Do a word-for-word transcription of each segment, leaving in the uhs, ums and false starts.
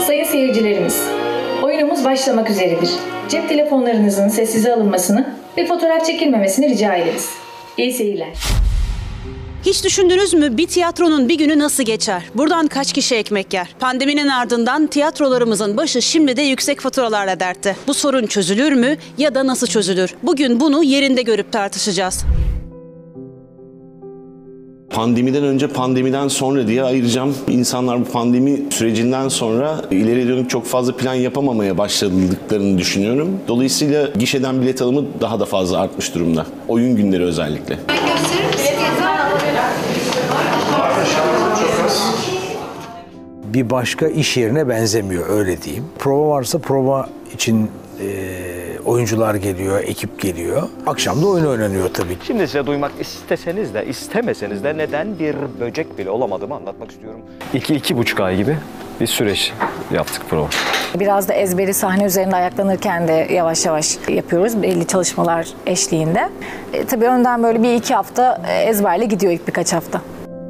Sayın seyircilerimiz, oyunumuz başlamak üzeredir. Cep telefonlarınızın sessize alınmasını ve fotoğraf çekilmemesini rica ederiz. İyi seyirler. Hiç düşündünüz mü bir tiyatronun bir günü nasıl geçer? Buradan kaç kişi ekmek yer? Pandeminin ardından tiyatrolarımızın başı şimdi de yüksek faturalarla dertte. Bu sorun çözülür mü ya da nasıl çözülür? Bugün bunu yerinde görüp tartışacağız. Pandemiden önce, pandemiden sonra diye ayıracağım. İnsanlar bu pandemi sürecinden sonra ileri dönük çok fazla plan yapamamaya başladıklarını düşünüyorum. Dolayısıyla gişeden bilet alımı daha da fazla artmış durumda. Oyun günleri özellikle. Bir başka iş yerine benzemiyor, öyle diyeyim. Prova varsa prova için e, oyuncular geliyor, ekip geliyor. Akşam da oyun oynanıyor tabii. Şimdi size duymak isteseniz de istemeseniz de neden bir böcek bile olamadığımı anlatmak istiyorum. İki, iki buçuk ay gibi bir süreç yaptık prova. Biraz da ezberi sahne üzerinde ayaklanırken de yavaş yavaş yapıyoruz belli çalışmalar eşliğinde. E, tabii önden böyle bir iki hafta ezberle gidiyor ilk birkaç hafta.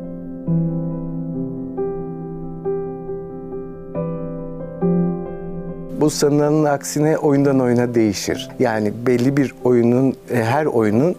Bu sanılanın aksine oyundan oyuna değişir. Yani belli bir oyunun, her oyunun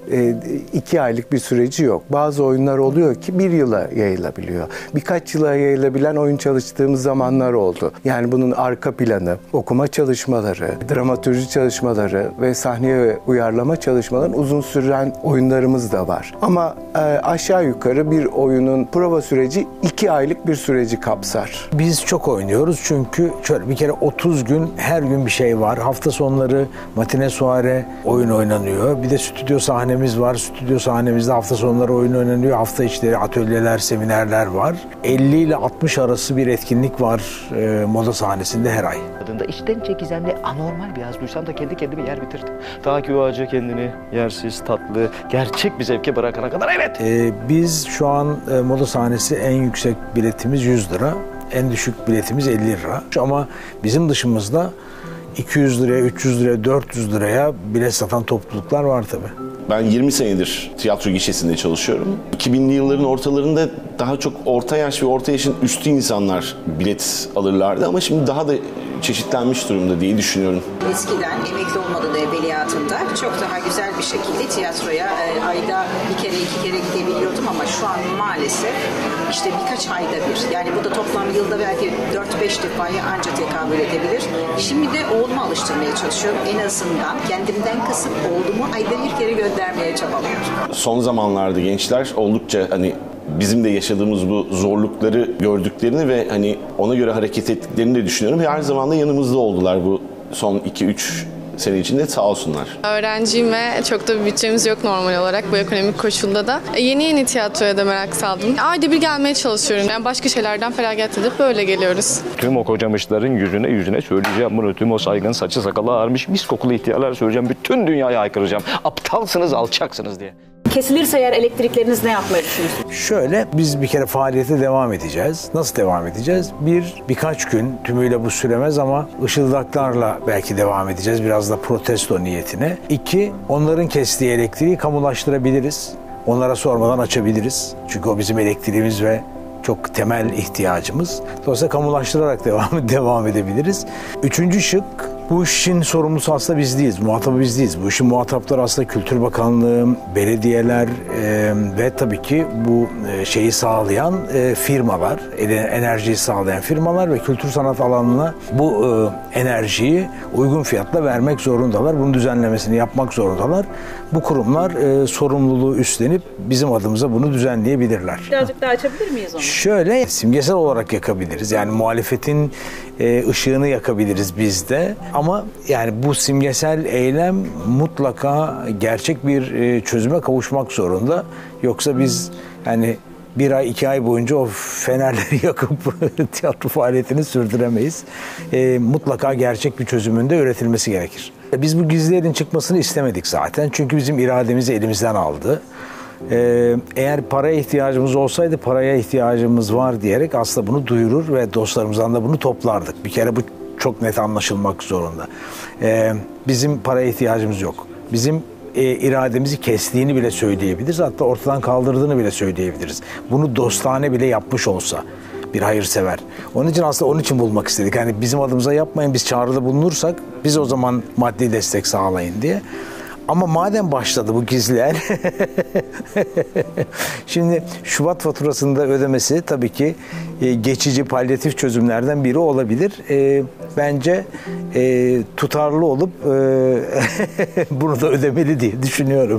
iki aylık bir süreci yok. Bazı oyunlar oluyor ki bir yıla yayılabiliyor. Birkaç yıla yayılabilen oyun çalıştığımız zamanlar oldu. Yani bunun arka planı, okuma çalışmaları, dramatürji çalışmaları ve sahneye uyarlama çalışmaların uzun süren oyunlarımız da var. Ama aşağı yukarı bir oyunun prova süreci iki aylık bir süreci kapsar. Biz çok oynuyoruz çünkü şöyle bir kere otuz gün her gün bir şey var. Hafta sonları matine soare oyun oynanıyor. Bir de stüdyo sahnemiz var. Stüdyo sahnemizde hafta sonları oyun oynanıyor. Hafta içleri atölyeler, seminerler var. elli ile altmış arası bir etkinlik var e, moda sahnesinde her ay. Adında içten gizemli anormal bir az duysam da kendi kendimi yer bitirdim. Ta ki o acı kendini yersiz, tatlı, gerçek bir zevke bırakana kadar evet. E, biz şu an e, moda sahnesi en yüksek biletimiz yüz lira. En düşük biletimiz elli lira. Ama bizim dışımızda iki yüz liraya, üç yüz liraya, dört yüz liraya bilet satan topluluklar var tabii. Ben yirmi senedir tiyatro gişesinde çalışıyorum. iki binli yılların ortalarında daha çok orta yaş ve orta yaşın üstü insanlar bilet alırlardı ama şimdi daha da çeşitlenmiş durumda diye düşünüyorum. Eskiden emekli olmadığı da evveliyatında çok daha güzel bir şekilde tiyatroya e, ayda bir kere iki kere gidebiliyordum ama şu an maalesef işte birkaç ayda bir. Yani bu da toplam yılda belki dört beş defaya ancak tekabül edebilir. Şimdi de oğlumu alıştırmaya çalışıyorum. En azından kendimden kısıp oğlumu ayda bir kere göndermeye çabalıyorum. Son zamanlarda gençler oldukça hani bizim de yaşadığımız bu zorlukları gördüklerini ve hani ona göre hareket ettiklerini de düşünüyorum. Her zaman da yanımızda oldular bu son iki üç sene içinde, sağ olsunlar. Öğrenciyim ve çok da bir bütçemiz yok normal olarak bu ekonomik koşulda da. Yeni yeni tiyatroya da merak saldım. Ayda bir gelmeye çalışıyorum. Yani başka şeylerden feragat edip böyle geliyoruz. Tüm o kocamışların yüzüne yüzüne söyleyeceğim bunu. Tüm o saygın saçı sakalı ağarmış mis kokulu ihtiyarlar söyleyeceğim. Bütün dünyaya haykıracağım. Aptalsınız, alçaksınız diye. Kesilirse eğer elektrikleriniz ne yapmayı düşünüyorsunuz? Şöyle, biz bir kere faaliyete devam edeceğiz. Nasıl devam edeceğiz? Bir, birkaç gün tümüyle bu süremez ama ışıldaklarla belki devam edeceğiz. Biraz da protesto niyetine. İki, onların kestiği elektriği kamulaştırabiliriz. Onlara sormadan açabiliriz. Çünkü o bizim elektriğimiz ve çok temel ihtiyacımız. Dolayısıyla kamulaştırarak devam, devam edebiliriz. Üçüncü şık, bu işin sorumlusu aslında biz değiliz, muhatabı biz değiliz. Bu işin muhatapları aslında Kültür Bakanlığı, belediyeler e, ve tabii ki bu e, şeyi sağlayan e, firmalar, enerjiyi sağlayan firmalar ve kültür sanat alanına bu e, enerjiyi uygun fiyatla vermek zorundalar. Bunun düzenlemesini yapmak zorundalar. Bu kurumlar e, sorumluluğu üstlenip bizim adımıza bunu düzenleyebilirler. Birazcık daha açabilir miyiz onu? Şöyle, simgesel olarak yakabiliriz. Yani muhalefetin e, ışığını yakabiliriz biz de. Ama yani bu simgesel eylem mutlaka gerçek bir e, çözüme kavuşmak zorunda. Yoksa biz yani bir ay, iki ay boyunca o fenerleri yakıp tiyatro faaliyetini sürdüremeyiz. E, mutlaka gerçek bir çözümün de üretilmesi gerekir. Biz bu gizlerin çıkmasını istemedik zaten. Çünkü bizim irademizi elimizden aldı. Ee, eğer paraya ihtiyacımız olsaydı paraya ihtiyacımız var diyerek aslında bunu duyurur ve dostlarımızdan da bunu toplardık. Bir kere bu çok net anlaşılmak zorunda. Ee, bizim paraya ihtiyacımız yok. Bizim e, irademizi kestiğini bile söyleyebiliriz. Hatta ortadan kaldırdığını bile söyleyebiliriz. Bunu dostane bile yapmış olsa. bir hayırsever. Onun için aslında onun için bulmak istedik. Yani bizim adımıza yapmayın, biz çağrıda bulunursak biz o zaman maddi destek sağlayın diye. Ama madem başladı bu gizliler, şimdi Şubat faturasında ödemesi tabii ki e, geçici palyatif çözümlerden biri olabilir. E, bence e, tutarlı olup e, bunu da ödemeli diye düşünüyorum.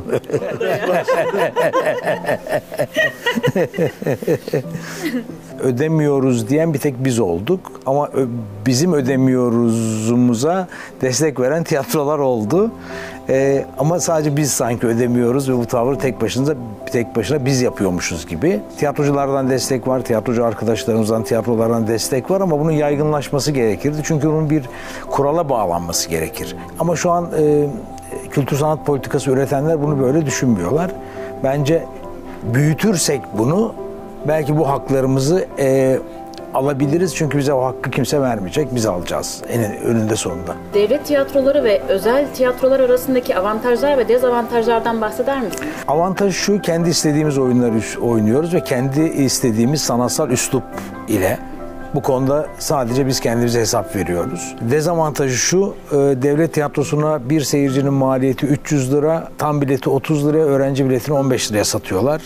Ödemiyoruz diyen bir tek biz olduk ama bizim ödemiyoruzumuza destek veren tiyatrolar oldu. Ee, ama sadece biz sanki ödemiyoruz ve bu tavrı tek başına tek başına biz yapıyormuşuz gibi. Tiyatroculardan destek var, tiyatrocu arkadaşlarımızdan, tiyatrolardan destek var ama bunun yaygınlaşması gerekirdi. Çünkü bunun bir kurala bağlanması gerekir. Ama şu an e, kültür sanat politikası üretenler bunu böyle düşünmüyorlar. Bence büyütürsek bunu belki bu haklarımızı e, alabiliriz. Çünkü bize o hakkı kimse vermeyecek. Biz alacağız en önünde sonunda. Devlet tiyatroları ve özel tiyatrolar arasındaki avantajlar ve dezavantajlardan bahseder misiniz? Avantaj şu, kendi istediğimiz oyunları oynuyoruz ve kendi istediğimiz sanatsal üslup ile. Bu konuda sadece biz kendimize hesap veriyoruz. Dezavantajı şu, devlet tiyatrosuna bir seyircinin maliyeti üç yüz lira, tam bileti otuz liraya, öğrenci biletini on beş liraya satıyorlar.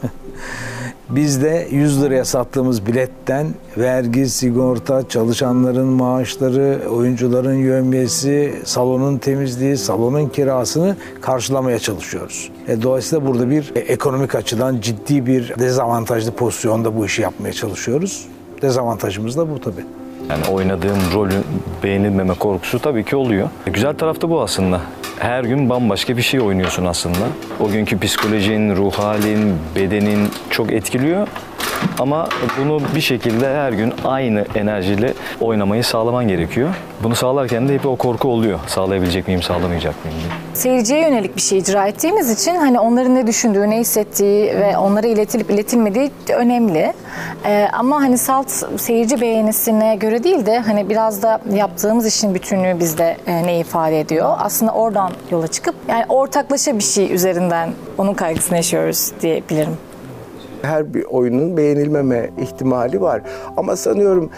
Biz de yüz liraya sattığımız biletten vergi, sigorta, çalışanların maaşları, oyuncuların yevmiyesi, salonun temizliği, salonun kirasını karşılamaya çalışıyoruz. E, dolayısıyla burada bir e, ekonomik açıdan ciddi bir dezavantajlı pozisyonda bu işi yapmaya çalışıyoruz. Dezavantajımız da bu tabii. Yani oynadığım rolün beğenilmeme korkusu tabii ki oluyor. Güzel taraf da bu aslında. Her gün bambaşka bir şey oynuyorsun aslında. O günkü psikolojin, ruh halin, bedenin çok etkiliyor. Ama bunu bir şekilde her gün aynı enerjiyle oynamayı sağlaman gerekiyor. Bunu sağlarken de hep o korku oluyor. Sağlayabilecek miyim, sağlamayacak mıyım diye. Seyirciye yönelik bir şey icra ettiğimiz için hani onların ne düşündüğü, ne hissettiği ve onlara iletilip iletilmediği önemli. Ee, ama hani salt seyirci beğenisine göre değil de hani biraz da yaptığımız işin bütünlüğü bizde e, ne ifade ediyor. Aslında oradan yola çıkıp yani ortaklaşa bir şey üzerinden onun kaygısını yaşıyoruz diyebilirim. Her bir oyunun beğenilmeme ihtimali var. Ama sanıyorum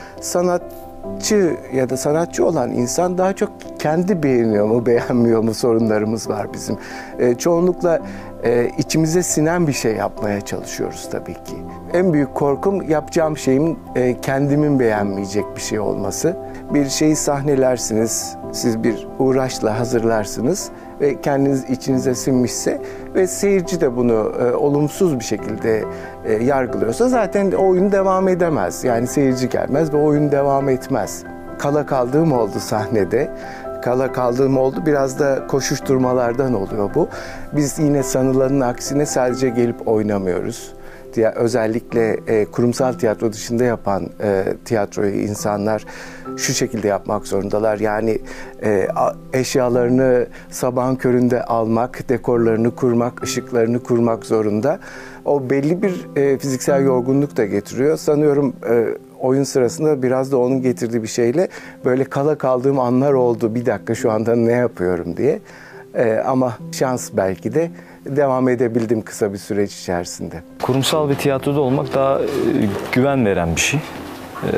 sanatçı ya da sanatçı olan insan daha çok kendi beğeniyor mu, beğenmiyor mu sorunlarımız var bizim. E, çoğunlukla e, içimize sinen bir şey yapmaya çalışıyoruz tabii ki. En büyük korkum yapacağım şeyin e, kendimin beğenmeyecek bir şey olması. Bir şeyi sahnelersiniz, siz bir uğraşla hazırlarsınız ve kendiniz içinize sinmişse ve seyirci de bunu e, olumsuz bir şekilde e, yargılıyorsa zaten oyun devam edemez. Yani seyirci gelmez ve oyun devam etmez. Kala kaldığım oldu sahnede. Kala kaldığım oldu. Biraz da koşuşturmalardan oluyor bu. Biz yine sanılanın aksine sadece gelip oynamıyoruz. Özellikle e, kurumsal tiyatro dışında yapan e, tiyatroyu insanlar şu şekilde yapmak zorundalar. Yani e, eşyalarını sabahın köründe almak, dekorlarını kurmak, ışıklarını kurmak zorunda. O belli bir e, fiziksel yorgunluk da getiriyor. Sanıyorum e, oyun sırasında biraz da onun getirdiği bir şeyle böyle kala kaldığım anlar oldu. Bir dakika şu anda ne yapıyorum diye. E, ama şans belki de devam edebildim kısa bir süreç içerisinde. Kurumsal bir tiyatroda olmak daha e, güven veren bir şey. E,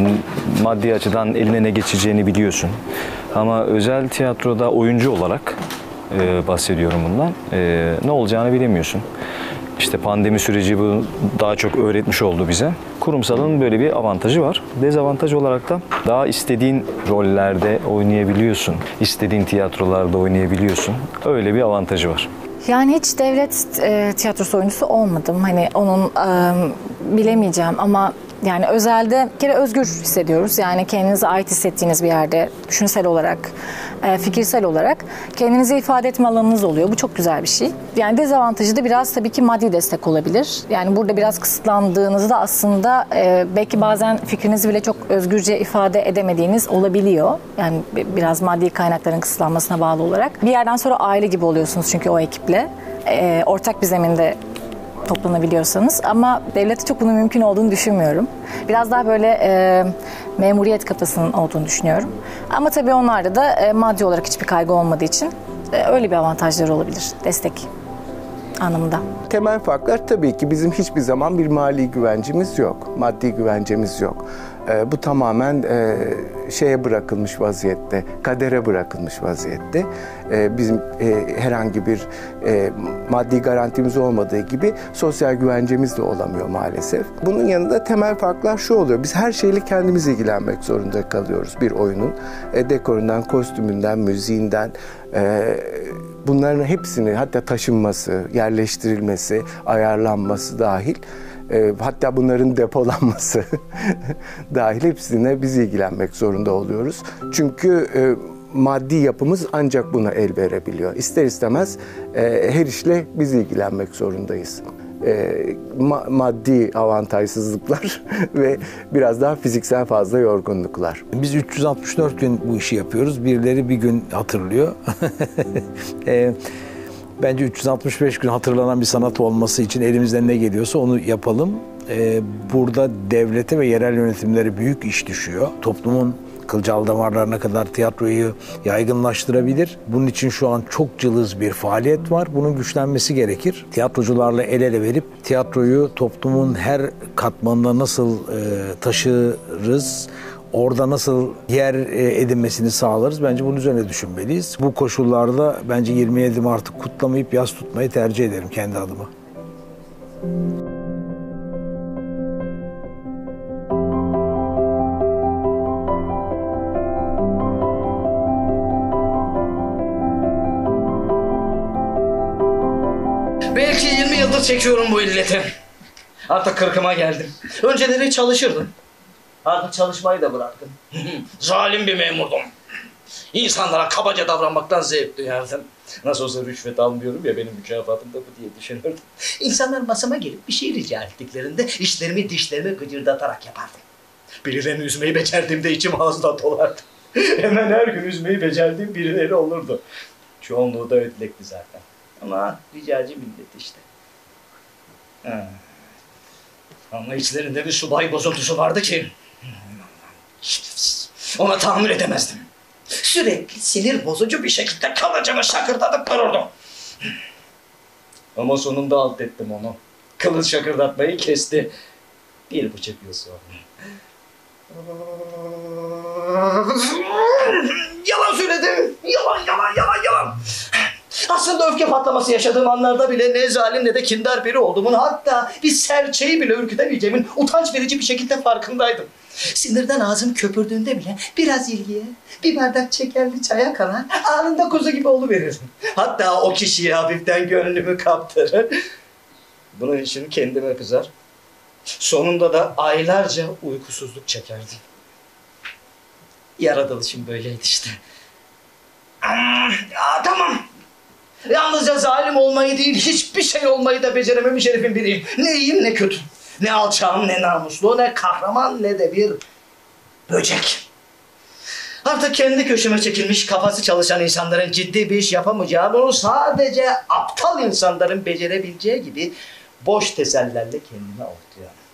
maddi açıdan eline ne geçeceğini biliyorsun. Ama özel tiyatroda oyuncu olarak e, bahsediyorum bundan. E, ne olacağını bilemiyorsun. İşte pandemi süreci bu daha çok öğretmiş oldu bize. Kurumsalın böyle bir avantajı var. Dezavantaj olarak da daha istediğin rollerde oynayabiliyorsun. İstediğin tiyatrolarda oynayabiliyorsun. Öyle bir avantajı var. Yani hiç devlet e, tiyatrosu oyuncusu olmadım. Hani onun e, bilemeyeceğim ama yani özelde bir kere özgür hissediyoruz. Yani kendinize ait hissettiğiniz bir yerde düşünsel olarak, e, fikirsel olarak kendinizi ifade etme alanınız oluyor. Bu çok güzel bir şey. Yani dezavantajı da biraz tabii ki maddi destek olabilir. Yani burada biraz kısıtlandığınızda aslında e, belki bazen fikrinizi bile çok özgürce ifade edemediğiniz olabiliyor. Yani biraz maddi kaynakların kısıtlanmasına bağlı olarak. Bir yerden sonra aile gibi oluyorsunuz çünkü o ekiple. E, ortak bir zeminde toplanabiliyorsanız ama devlette çok bunun mümkün olduğunu düşünmüyorum. Biraz daha böyle e, memuriyet kafasının olduğunu düşünüyorum. Ama tabii onlarda da e, maddi olarak hiçbir kaygı olmadığı için e, öyle bir avantajları olabilir, destek. anlamında. Temel farklar tabii ki bizim hiçbir zaman bir mali güvencemiz yok, maddi güvencemiz yok. E, bu tamamen e, şeye bırakılmış vaziyette, kadere bırakılmış vaziyette. E, bizim e, herhangi bir e, maddi garantimiz olmadığı gibi sosyal güvencemiz de olamıyor maalesef. Bunun yanında temel farklar şu oluyor, biz her şeyle kendimiz ilgilenmek zorunda kalıyoruz bir oyunun. E, dekorundan, kostümünden, müziğinden, e, bunların hepsini, hatta taşınması, yerleştirilmesi, ayarlanması dahil, e, hatta bunların depolanması dahil hepsine biz ilgilenmek zorunda oluyoruz. Çünkü e, maddi yapımız ancak buna el verebiliyor. İster istemez e, her işle biz ilgilenmek zorundayız. E, ma maddi avantajsızlıklar ve biraz daha fiziksel fazla yorgunluklar. Biz üç yüz altmış dört gün bu işi yapıyoruz. Birileri bir gün hatırlıyor. e, bence üç yüz altmış beş gün hatırlanan bir sanat olması için elimizden ne geliyorsa onu yapalım. E, burada devlete ve yerel yönetimlere büyük iş düşüyor. Toplumun kılcal damarlarına kadar tiyatroyu yaygınlaştırabilir. Bunun için şu an çok cılız bir faaliyet var. Bunun güçlenmesi gerekir. Tiyatrocularla el ele verip tiyatroyu toplumun her katmanına nasıl e, taşırız, orada nasıl yer e, edinmesini sağlarız. Bence bunun üzerine düşünmeliyiz. Bu koşullarda bence yirmi yedi Mart'ı kutlamayıp yas tutmayı tercih ederim kendi adıma. Belki yirmi yıldır çekiyorum bu illeti. Artık kırkıma geldim. Önceleri çalışırdım. Artık çalışmayı da bıraktım. Zalim bir memurdum. İnsanlara kabaca davranmaktan zevk duyardım. Nasıl olsa rüşvet almıyorum ya, benim mükafatım da bu diye düşünürdüm. İnsanlar masama gelip bir şey rica ettiklerinde işlerimi dişlerimi gıcırdatarak yapardım. Birilerini üzmeyi becerdiğimde içim ağzına dolardı. Hemen her gün üzmeyi becerdiğim birileri olurdu. Çoğunluğu da ödlekti zaten. Ama ricacı millet işte. Ha. Ama içlerinde bir subay bozuntusu vardı ki ona tahammül edemezdim. Sürekli sinir bozucu bir şekilde kalıcımı şakırdatıp dururdum. Ama sonunda alt ettim onu. Kılıç şakırdatmayı kesti. Bir buçuk yıl sonra. Yalan söyledim. Yalan, yalan, yalan, yalan. Aslında öfke patlaması yaşadığım anlarda bile ne zalim ne de kindar biri olduğumun, hatta bir serçeyi bile ürkütemeyeceğimin utanç verici bir şekilde farkındaydım. Sinirden ağzım köpürdüğünde bile biraz ilgiye, bir bardak şekerli çaya kalan anında kuzu gibi oluverirdim. Hatta o kişiye hafiften gönlümü kaptırır. Bunun için kendime kızar. Sonunda da aylarca uykusuzluk çekerdim. Yaratılışım böyleydi işte. Aa, tamam. Yalnızca zalim olmayı değil, hiçbir şey olmayı da becerememiş herifin biriyim. Ne iyiyim ne kötü. Ne alçağım ne namuslu, ne kahraman ne de bir böcek. Artık kendi köşeme çekilmiş, kafası çalışan insanların ciddi bir iş yapamayacağı, bunu sadece aptal insanların becerebileceği gibi boş tesellilerle kendime avutuyorum.